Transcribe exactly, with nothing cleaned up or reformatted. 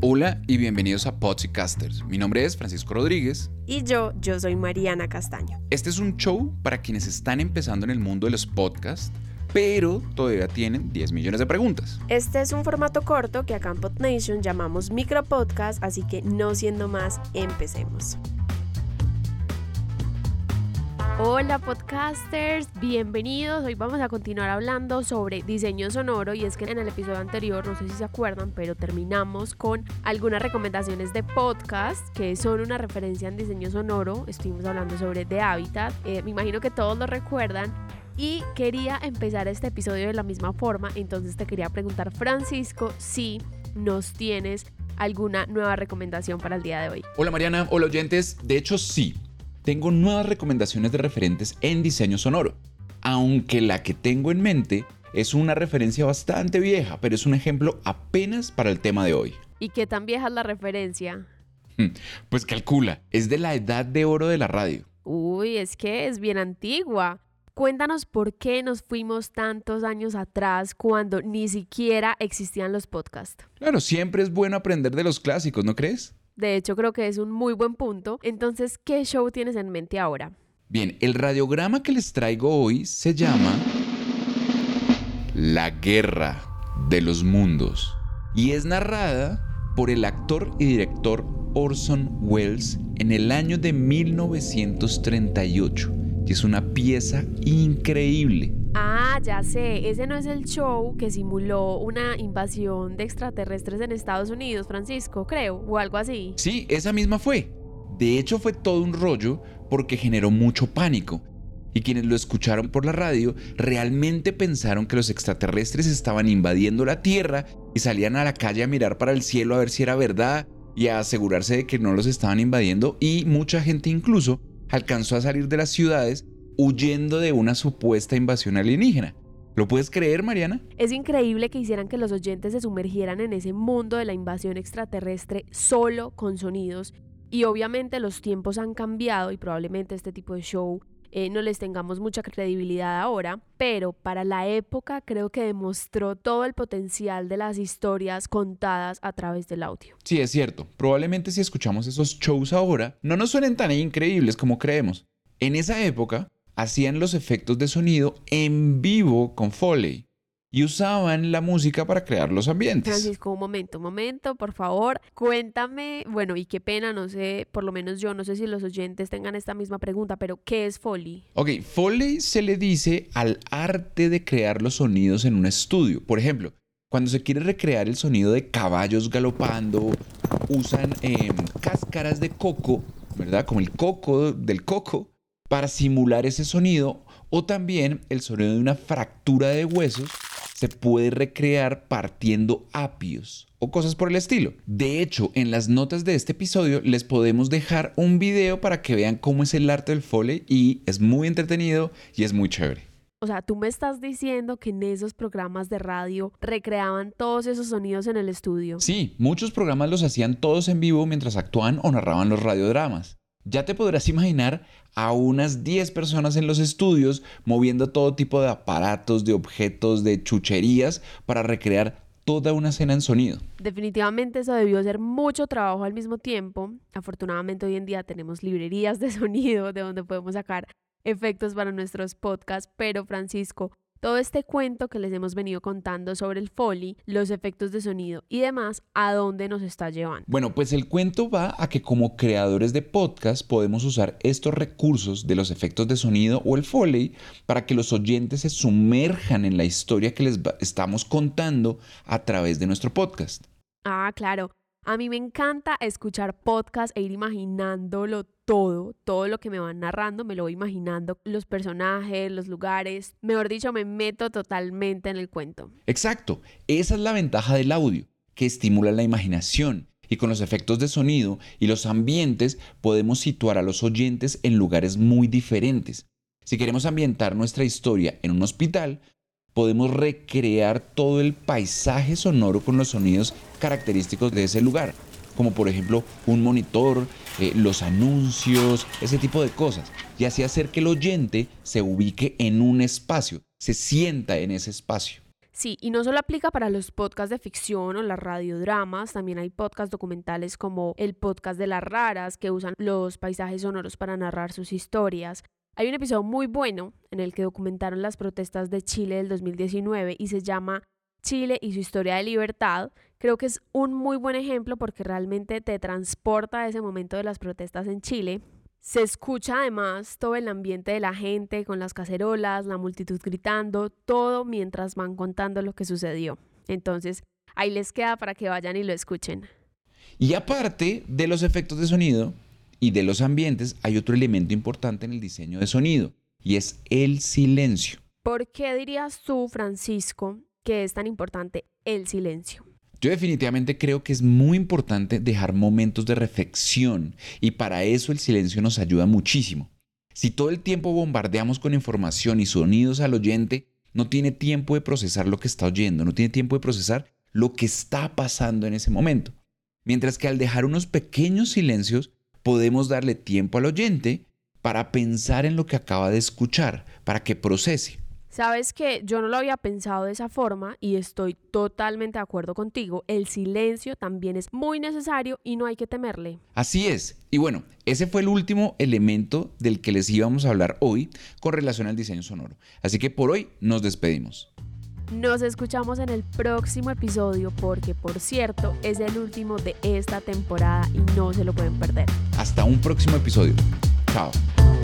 Hola y bienvenidos a Podcasters. Mi nombre es Francisco Rodríguez. Y yo, yo soy Mariana Castaño. Este es un show para quienes están empezando en el mundo de los podcasts, pero todavía tienen diez millones de preguntas. Este es un formato corto que acá en PodNation llamamos micropodcast, así que no siendo más, empecemos. Hola podcasters, bienvenidos. Hoy vamos a continuar hablando sobre diseño sonoro y es que en el episodio anterior, no sé si se acuerdan, pero terminamos con algunas recomendaciones de podcast que son una referencia en diseño sonoro. Estuvimos hablando sobre The Habitat, eh, me imagino que todos lo recuerdan y quería empezar este episodio de la misma forma, entonces te quería preguntar, Francisco, si nos tienes alguna nueva recomendación para el día de hoy. Hola Mariana, hola oyentes, de hecho sí. Tengo nuevas recomendaciones de referentes en diseño sonoro, aunque la que tengo en mente es una referencia bastante vieja, pero es un ejemplo apenas para el tema de hoy. ¿Y qué tan vieja es la referencia? Pues calcula, es de la edad de oro de la radio. Uy, es que es bien antigua. Cuéntanos por qué nos fuimos tantos años atrás cuando ni siquiera existían los podcasts. Claro, siempre es bueno aprender de los clásicos, ¿no crees? De hecho, creo que es un muy buen punto. Entonces, ¿qué show tienes en mente ahora? Bien, el radiograma que les traigo hoy se llama La Guerra de los Mundos y es narrada por el actor y director Orson Welles en el año de mil novecientos treinta y ocho y es una pieza increíble. Ah, ya sé, ese no es el show que simuló una invasión de extraterrestres en Estados Unidos, Francisco, creo, o algo así. Sí, esa misma fue. De hecho fue todo un rollo porque generó mucho pánico. Y quienes lo escucharon por la radio realmente pensaron que los extraterrestres estaban invadiendo la Tierra y salían a la calle a mirar para el cielo a ver si era verdad y a asegurarse de que no los estaban invadiendo. Y mucha gente incluso alcanzó a salir de las ciudades huyendo de una supuesta invasión alienígena. ¿Lo puedes creer, Mariana? Es increíble que hicieran que los oyentes se sumergieran en ese mundo de la invasión extraterrestre solo con sonidos. Y obviamente los tiempos han cambiado y probablemente este tipo de show eh, no les tengamos mucha credibilidad ahora, pero para la época creo que demostró todo el potencial de las historias contadas a través del audio. Sí, es cierto. Probablemente si escuchamos esos shows ahora, no nos suenen tan increíbles como creemos. En esa época hacían los efectos de sonido en vivo con Foley y usaban la música para crear los ambientes. Francisco, un momento, un momento, por favor, cuéntame, bueno, y qué pena, no sé, por lo menos yo, no sé si los oyentes tengan esta misma pregunta, pero ¿qué es Foley? Ok, Foley se le dice al arte de crear los sonidos en un estudio. Por ejemplo, cuando se quiere recrear el sonido de caballos galopando, usan eh, cáscaras de coco, ¿verdad? Como el coco del coco, para simular ese sonido, o también el sonido de una fractura de huesos se puede recrear partiendo apios o cosas por el estilo. De hecho, en las notas de este episodio les podemos dejar un video para que vean cómo es el arte del Foley y es muy entretenido y es muy chévere. O sea, tú me estás diciendo que en esos programas de radio recreaban todos esos sonidos en el estudio. Sí, muchos programas los hacían todos en vivo mientras actuaban o narraban los radiodramas. Ya te podrás imaginar a unas diez personas en los estudios moviendo todo tipo de aparatos, de objetos, de chucherías para recrear toda una escena en sonido. Definitivamente eso debió ser mucho trabajo al mismo tiempo. Afortunadamente hoy en día tenemos librerías de sonido de donde podemos sacar efectos para nuestros podcasts, pero Francisco, todo este cuento que les hemos venido contando sobre el Foley, los efectos de sonido y demás, ¿a dónde nos está llevando? Bueno, pues el cuento va a que como creadores de podcast podemos usar estos recursos de los efectos de sonido o el Foley para que los oyentes se sumerjan en la historia que les estamos contando a través de nuestro podcast. Ah, claro. A mí me encanta escuchar podcasts e ir imaginándolo todo, todo lo que me van narrando, me lo voy imaginando, los personajes, los lugares, mejor dicho, me meto totalmente en el cuento. Exacto, esa es la ventaja del audio, que estimula la imaginación y con los efectos de sonido y los ambientes podemos situar a los oyentes en lugares muy diferentes. Si queremos ambientar nuestra historia en un hospital, podemos recrear todo el paisaje sonoro con los sonidos característicos de ese lugar, como por ejemplo un monitor, eh, los anuncios, ese tipo de cosas, y así hacer que el oyente se ubique en un espacio, se sienta en ese espacio. Sí, y no solo aplica para los podcasts de ficción o las radiodramas, también hay podcasts documentales como el podcast de las raras que usan los paisajes sonoros para narrar sus historias. Hay un episodio muy bueno en el que documentaron las protestas de Chile del dos mil diecinueve y se llama Chile y su historia de libertad. Creo que es un muy buen ejemplo porque realmente te transporta a ese momento de las protestas en Chile. Se escucha además todo el ambiente de la gente con las cacerolas, la multitud gritando, todo mientras van contando lo que sucedió. Entonces, ahí les queda para que vayan y lo escuchen. Y aparte de los efectos de sonido y de los ambientes, hay otro elemento importante en el diseño de sonido y es el silencio. ¿Por qué dirías tú, Francisco, que es tan importante el silencio? Yo definitivamente creo que es muy importante dejar momentos de reflexión y para eso el silencio nos ayuda muchísimo. Si todo el tiempo bombardeamos con información y sonidos al oyente, no tiene tiempo de procesar lo que está oyendo, no tiene tiempo de procesar lo que está pasando en ese momento. Mientras que al dejar unos pequeños silencios, podemos darle tiempo al oyente para pensar en lo que acaba de escuchar, para que procese. Sabes que yo no lo había pensado de esa forma y estoy totalmente de acuerdo contigo. El silencio también es muy necesario y no hay que temerle. Así es. Y bueno, ese fue el último elemento del que les íbamos a hablar hoy con relación al diseño sonoro. Así que por hoy nos despedimos. Nos escuchamos en el próximo episodio porque, por cierto, es el último de esta temporada y no se lo pueden perder. Hasta un próximo episodio. Chao.